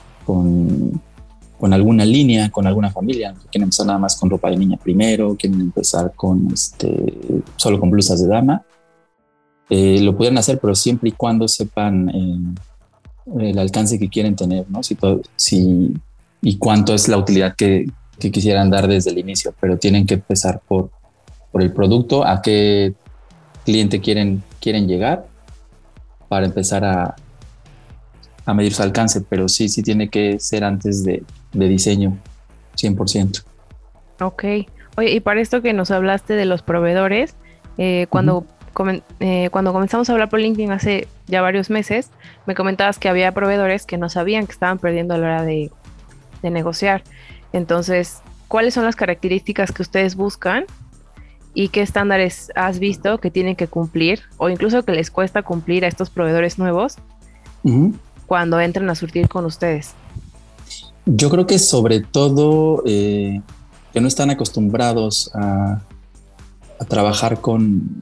alguna línea, con alguna familia, quieren empezar nada más con ropa de niña primero, quieren empezar solo con blusas de dama. Lo pudieran hacer, pero siempre y cuando sepan el alcance que quieren tener, ¿no? Y cuánto es la utilidad que quisieran dar desde el inicio, pero tienen que empezar por el producto, a qué cliente quieren llegar para empezar a medir su alcance, pero sí tiene que ser antes de diseño, 100%. Ok. Oye, y para esto que nos hablaste de los proveedores, cuando comenzamos a hablar por LinkedIn hace ya varios meses, me comentabas que había proveedores que no sabían que estaban perdiendo a la hora de negociar. Entonces, ¿cuáles son las características que ustedes buscan y qué estándares has visto que tienen que cumplir o incluso que les cuesta cumplir a estos proveedores nuevos cuando entran a surtir con ustedes? Yo creo que sobre todo que no están acostumbrados a trabajar con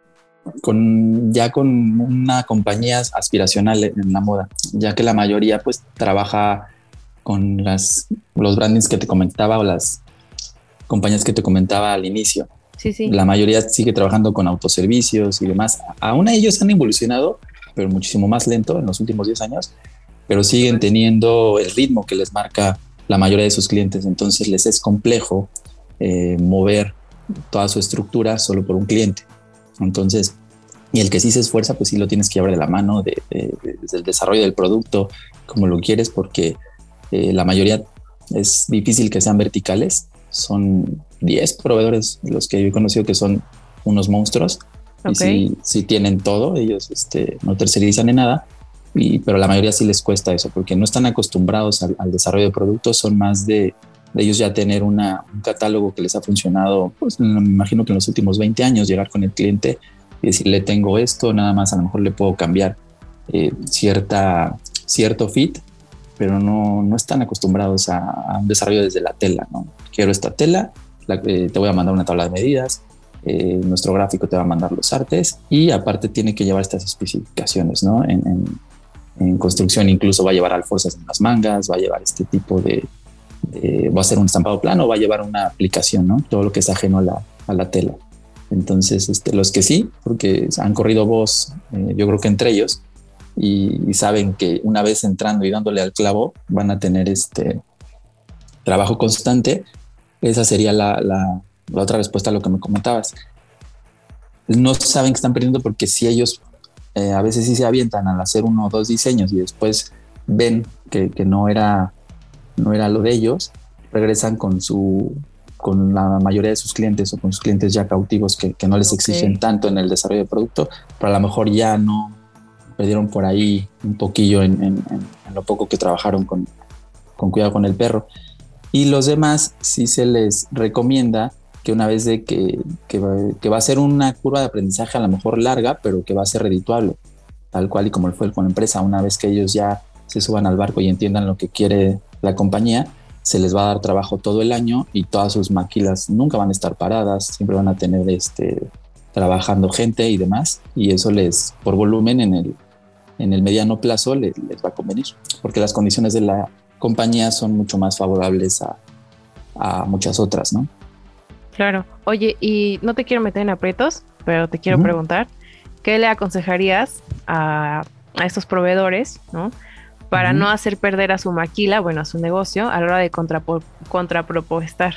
una compañía aspiracional en la moda, ya que la mayoría pues trabaja con los brandings que te comentaba o las compañías que te comentaba al inicio. Sí. La mayoría sigue trabajando con autoservicios y demás. Aún ellos han evolucionado, pero muchísimo más lento en los últimos 10 años, pero siguen teniendo el ritmo que les marca la mayoría de sus clientes. Entonces les es complejo mover toda su estructura solo por un cliente. Entonces, y el que sí se esfuerza, pues sí lo tienes que llevar de la mano desde el desarrollo del producto, como lo quieres, porque la mayoría es difícil que sean verticales, son 10 proveedores los que yo he conocido que son unos monstruos. Okay. Y sí tienen todo, ellos no tercerizan en nada, pero la mayoría sí les cuesta eso, porque no están acostumbrados al desarrollo de productos, son más de ellos ya tener un catálogo que les ha funcionado, pues me imagino que en los últimos 20 años, llegar con el cliente y decirle tengo esto, nada más a lo mejor le puedo cambiar cierto fit, pero no están acostumbrados a un desarrollo desde la tela, ¿no? Quiero esta tela, te voy a mandar una tabla de medidas, nuestro gráfico te va a mandar los artes y aparte tiene que llevar estas especificaciones, ¿no? En construcción incluso va a llevar alforzas en las mangas, va a llevar este tipo va a hacer un estampado plano, va a llevar una aplicación, ¿no? Todo lo que es ajeno a la tela. Entonces, los que sí, porque han corrido voz, yo creo que entre ellos, y saben que una vez entrando y dándole al clavo, van a tener trabajo constante. Esa sería la otra respuesta a lo que me comentabas. No saben que están perdiendo porque si ellos a veces sí se avientan al hacer 1 o 2 diseños y después ven que no era lo de ellos, regresan con la mayoría de sus clientes o con sus clientes ya cautivos que no les exigen tanto en el desarrollo de producto, pero a lo mejor ya no perdieron por ahí un poquillo en lo poco que trabajaron con cuidado con el perro. Y los demás sí se les recomienda que una vez de que va a ser una curva de aprendizaje a lo mejor larga, pero que va a ser redituable, tal cual y como fue con la empresa. Una vez que ellos ya se suban al barco y entiendan lo que quiere la compañía, se les va a dar trabajo todo el año y todas sus maquilas nunca van a estar paradas, siempre van a tener trabajando gente y demás, y eso les, por volumen en el mediano plazo les va a convenir, porque las condiciones de la compañía son mucho más favorables a muchas otras, ¿no? Claro. Oye, y no te quiero meter en aprietos, pero te quiero preguntar, ¿qué le aconsejarías a estos proveedores, ¿no? Para no hacer perder a su maquila, bueno, a su negocio, a la hora de contrapropuestar?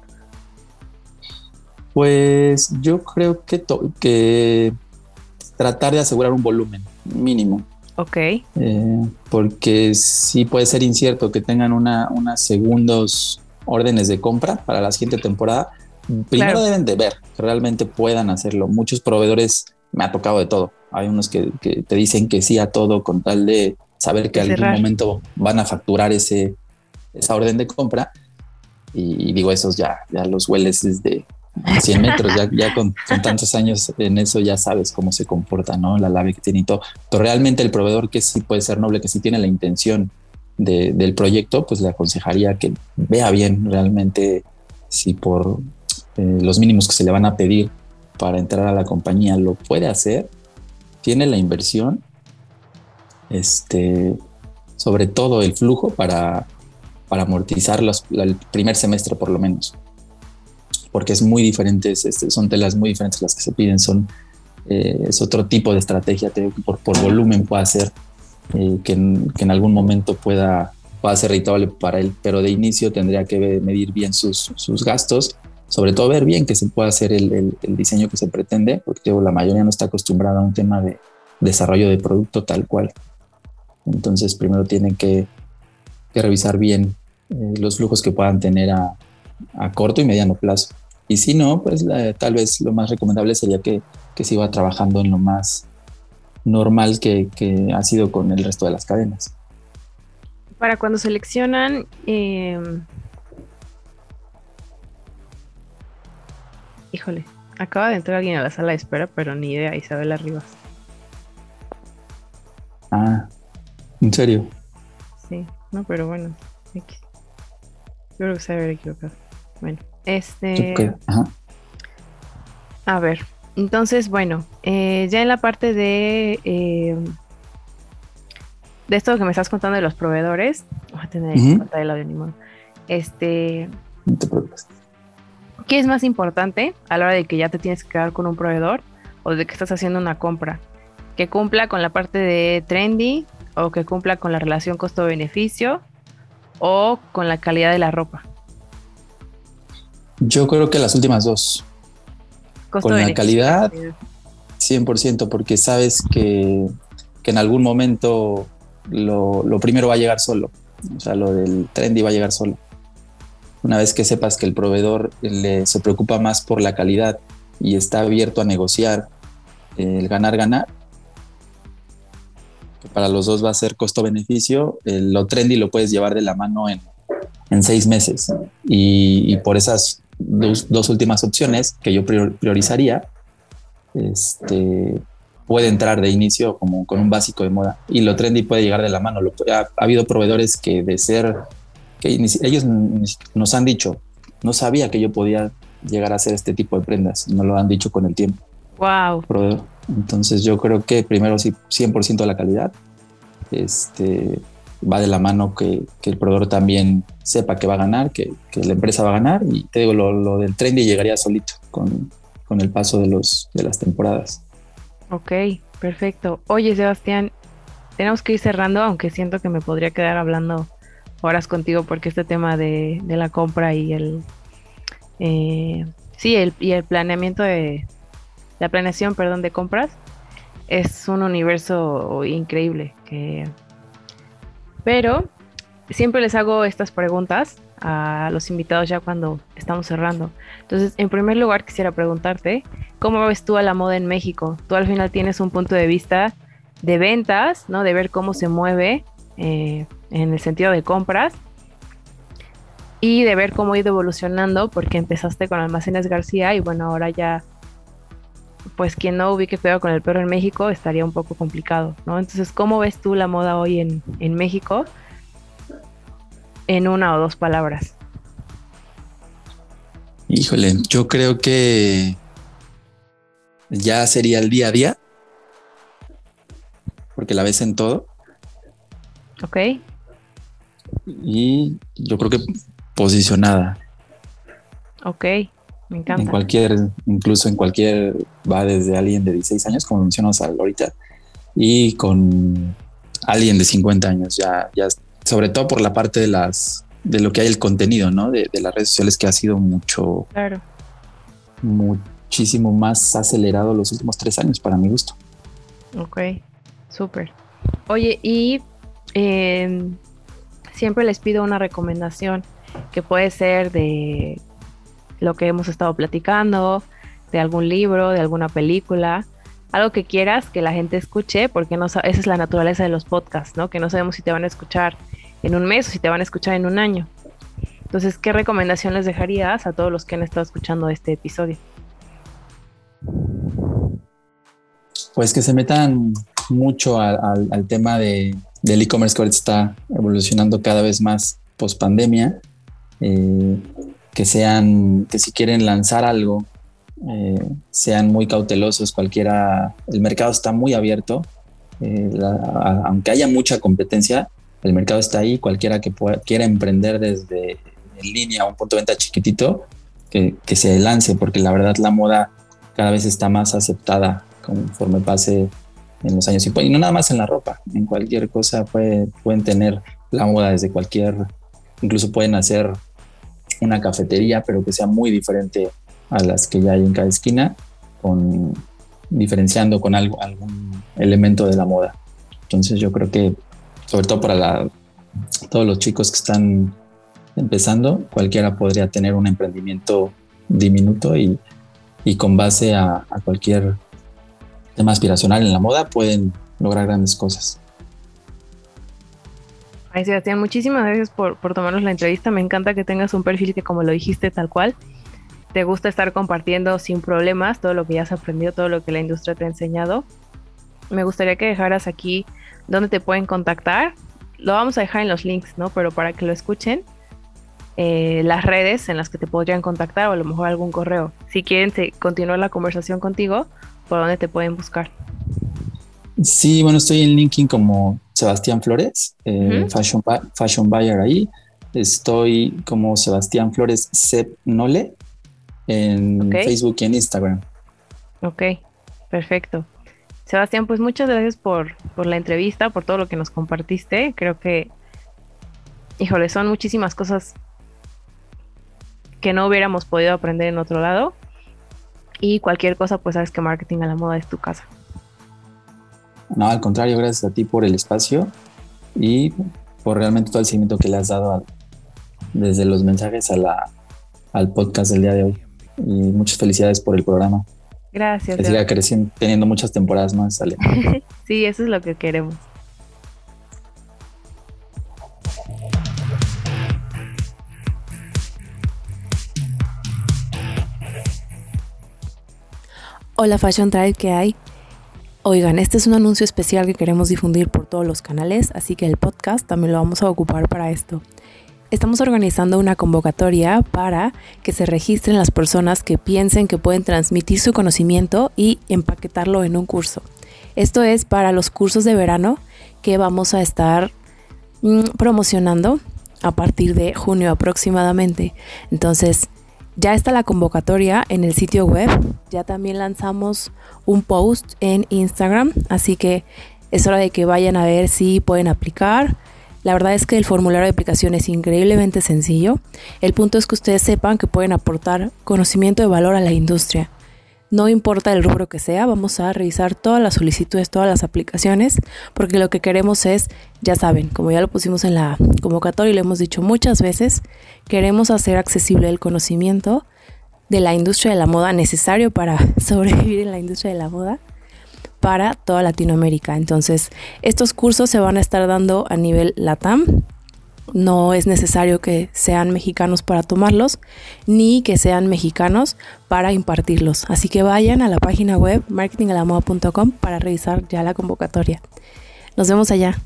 Pues yo creo que tratar de asegurar un volumen mínimo. Ok. Porque sí puede ser incierto que tengan unas segundos órdenes de compra para la siguiente temporada. Primero deben de ver que realmente puedan hacerlo. Muchos proveedores, me ha tocado de todo. Hay unos que te dicen que sí a todo con tal de saber que en algún momento van a facturar esa orden de compra. Y digo, esos ya los hueles desde 100 metros, ya con tantos años en eso ya sabes cómo se comporta, ¿no? La labia que tiene y todo. Pero realmente el proveedor que sí puede ser noble, que sí tiene la intención del proyecto, pues le aconsejaría que vea bien realmente si por los mínimos que se le van a pedir para entrar a la compañía lo puede hacer, tiene la inversión, sobre todo el flujo para amortizar el primer semestre por lo menos, porque es muy diferente, son telas muy diferentes las que se piden, es otro tipo de estrategia, por volumen puede hacer que en algún momento pueda ser rentable para él, pero de inicio tendría que medir bien sus gastos, sobre todo ver bien que se pueda hacer el diseño que se pretende, porque la mayoría no está acostumbrada a un tema de desarrollo de producto tal cual. Entonces primero tienen que revisar bien los flujos que puedan tener a corto y mediano plazo. Y si no, pues tal vez lo más recomendable sería que se iba trabajando en lo más normal que ha sido con el resto de las cadenas. Para cuando seleccionan, híjole, acaba de entrar alguien a la sala de espera, pero ni idea, Isabela Rivas. Ah, ¿en serio? Sí, no, pero bueno, X. Creo que se debe haber equivocado. Bueno, Ajá. A ver, entonces, bueno, ya en la parte de esto que me estás contando de los proveedores, voy a tener en cuenta el audio ni modo. No te preocupes. ¿Qué es más importante a la hora de que ya te tienes que quedar con un proveedor o de que estás haciendo una compra? ¿Que cumpla con la parte de trendy o que cumpla con la relación costo-beneficio o con la calidad de la ropa? Yo creo que las últimas dos. Con la calidad, 100%, porque sabes que en algún momento lo primero va a llegar solo. O sea, lo del trendy va a llegar solo. una vez que sepas que el proveedor se preocupa más por la calidad y está abierto a negociar el ganar-ganar, que para los dos va a ser costo-beneficio, lo trendy lo puedes llevar de la mano en 6 meses. Y por esas dos últimas opciones que yo priorizaría, puede entrar de inicio como con un básico de moda, y lo trendy puede llegar de la mano. Ha habido proveedores que de ser, que ellos nos han dicho, no sabía que yo podía llegar a hacer este tipo de prendas, no lo han dicho con el tiempo. Wow. Proveedor. Entonces yo creo que primero sí, 100% la calidad, va de la mano que el proveedor también sepa que va a ganar, que la empresa va a ganar, y te digo, lo del trendy llegaría solito con el paso de las temporadas. Ok, perfecto. Oye, Sebastián, tenemos que ir cerrando, aunque siento que me podría quedar hablando horas contigo, porque este tema de la compra y el planeamiento la planeación, perdón, de compras es un universo increíble. Pero siempre les hago estas preguntas a los invitados ya cuando estamos cerrando. Entonces, en primer lugar, quisiera preguntarte, ¿cómo ves tú a la moda en México? Tú al final tienes un punto de vista de ventas, ¿no? De ver cómo se mueve en el sentido de compras y de ver cómo ha ido evolucionando, porque empezaste con Almacenes García y bueno, ahora ya, pues quien no ubique Cuidado con el Perro en México estaría un poco complicado, ¿no? Entonces, ¿cómo ves tú la moda hoy en México? En 1 o 2 palabras. Híjole, yo creo que ya sería el día a día, porque la ves en todo. Ok. Y yo creo que posicionada. Ok, me encanta. Incluso en cualquier, va desde alguien de 16 años, como mencionamos ahorita, y con alguien de 50 años, ya sobre todo por la parte de lo que hay el contenido, ¿no? De las redes sociales, que ha sido claro, muchísimo más acelerado los últimos 3 años, para mi gusto. Ok, súper. Oye, y siempre les pido una recomendación, que puede ser de lo que hemos estado platicando, de algún libro, de alguna película, algo que quieras que la gente escuche, porque esa es la naturaleza de los podcasts, ¿no? Que no sabemos si te van a escuchar en un mes o si te van a escuchar en un año. Entonces, ¿qué recomendación les dejarías a todos los que han estado escuchando este episodio? Pues que se metan mucho al tema del e-commerce, que ahorita está evolucionando cada vez más post pandemia, que si quieren lanzar algo, sean muy cautelosos. El mercado está muy abierto, aunque haya mucha competencia, el mercado está ahí. Cualquiera que quiera emprender desde en línea a un punto de venta chiquitito, que se lance, porque la verdad la moda cada vez está más aceptada conforme pase en los años. Y no nada más en la ropa, en cualquier cosa pueden tener la moda desde incluso pueden hacer una cafetería, pero que sea muy diferente a las que ya hay en cada esquina, diferenciando con algún elemento de la moda. Entonces yo creo que, sobre todo para todos los chicos que están empezando, cualquiera podría tener un emprendimiento diminuto, y con base a cualquier tema aspiracional en la moda pueden lograr grandes cosas. Ay, Sebastián, muchísimas gracias por tomarnos la entrevista. Me encanta que tengas un perfil que, como lo dijiste, tal cual, te gusta estar compartiendo sin problemas todo lo que ya has aprendido, todo lo que la industria te ha enseñado. Me gustaría que dejaras aquí dónde te pueden contactar. Lo vamos a dejar en los links, ¿no? Pero para que lo escuchen, las redes en las que te podrían contactar, o a lo mejor algún correo. Si quieren continuar la conversación contigo, ¿por dónde te pueden buscar? Sí, bueno, estoy en LinkedIn como Sebastián Flores, fashion buyer ahí. Estoy como Sebastián Flores Nole en Facebook y en Instagram. Ok, perfecto. Sebastián, pues muchas gracias por la entrevista, por todo lo que nos compartiste. Creo que, híjole, son muchísimas cosas que no hubiéramos podido aprender en otro lado. Y cualquier cosa, pues sabes que Marketing a la Moda es tu casa. No, al contrario, gracias a ti por el espacio y por realmente todo el seguimiento que le has dado desde los mensajes al podcast del día de hoy. Y muchas felicidades por el programa. Gracias. Que siga creciendo, teniendo muchas temporadas más, Ale. Sí, eso es lo que queremos. Hola Fashion Tribe, ¿qué hay? Oigan, este es un anuncio especial que queremos difundir por todos los canales, así que el podcast también lo vamos a ocupar para esto. Estamos organizando una convocatoria para que se registren las personas que piensen que pueden transmitir su conocimiento y empaquetarlo en un curso. Esto es para los cursos de verano que vamos a estar promocionando a partir de junio aproximadamente. Entonces, ya está la convocatoria en el sitio web. Ya también lanzamos un post en Instagram, así que es hora de que vayan a ver si pueden aplicar. La verdad es que el formulario de aplicación es increíblemente sencillo. El punto es que ustedes sepan que pueden aportar conocimiento de valor a la industria. No importa el rubro que sea, vamos a revisar todas las solicitudes, todas las aplicaciones, porque lo que queremos es, ya saben, como ya lo pusimos en la convocatoria y lo hemos dicho muchas veces, queremos hacer accesible el conocimiento de la industria de la moda necesario para sobrevivir en la industria de la moda para toda Latinoamérica. Entonces, estos cursos se van a estar dando a nivel LATAM. No es necesario que sean mexicanos para tomarlos, ni que sean mexicanos para impartirlos. Así que vayan a la página web marketingalamoda.com para revisar ya la convocatoria. Nos vemos allá.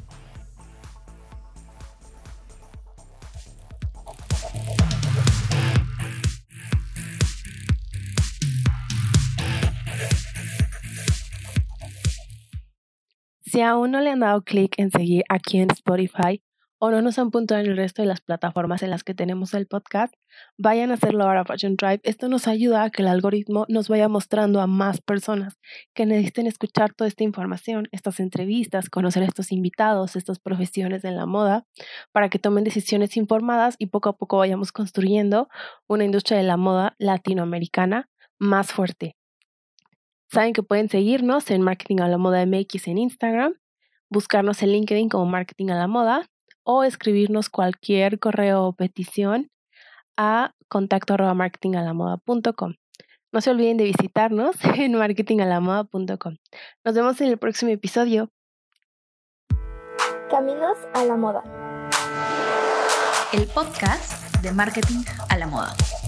Si aún no le han dado clic en seguir aquí en Spotify o no nos han puntuado en el resto de las plataformas en las que tenemos el podcast, vayan a hacerlo ahora, Fashion Tribe. Esto nos ayuda a que el algoritmo nos vaya mostrando a más personas que necesiten escuchar toda esta información, estas entrevistas, conocer a estos invitados, estas profesiones en la moda, para que tomen decisiones informadas y poco a poco vayamos construyendo una industria de la moda latinoamericana más fuerte. Saben que pueden seguirnos en Marketing a la Moda MX en Instagram, buscarnos en LinkedIn como Marketing a la Moda o escribirnos cualquier correo o petición a contacto@marketingalamoda.com. No se olviden de visitarnos en marketingalamoda.com. Nos vemos en el próximo episodio. Caminos a la Moda. El podcast de Marketing a la Moda.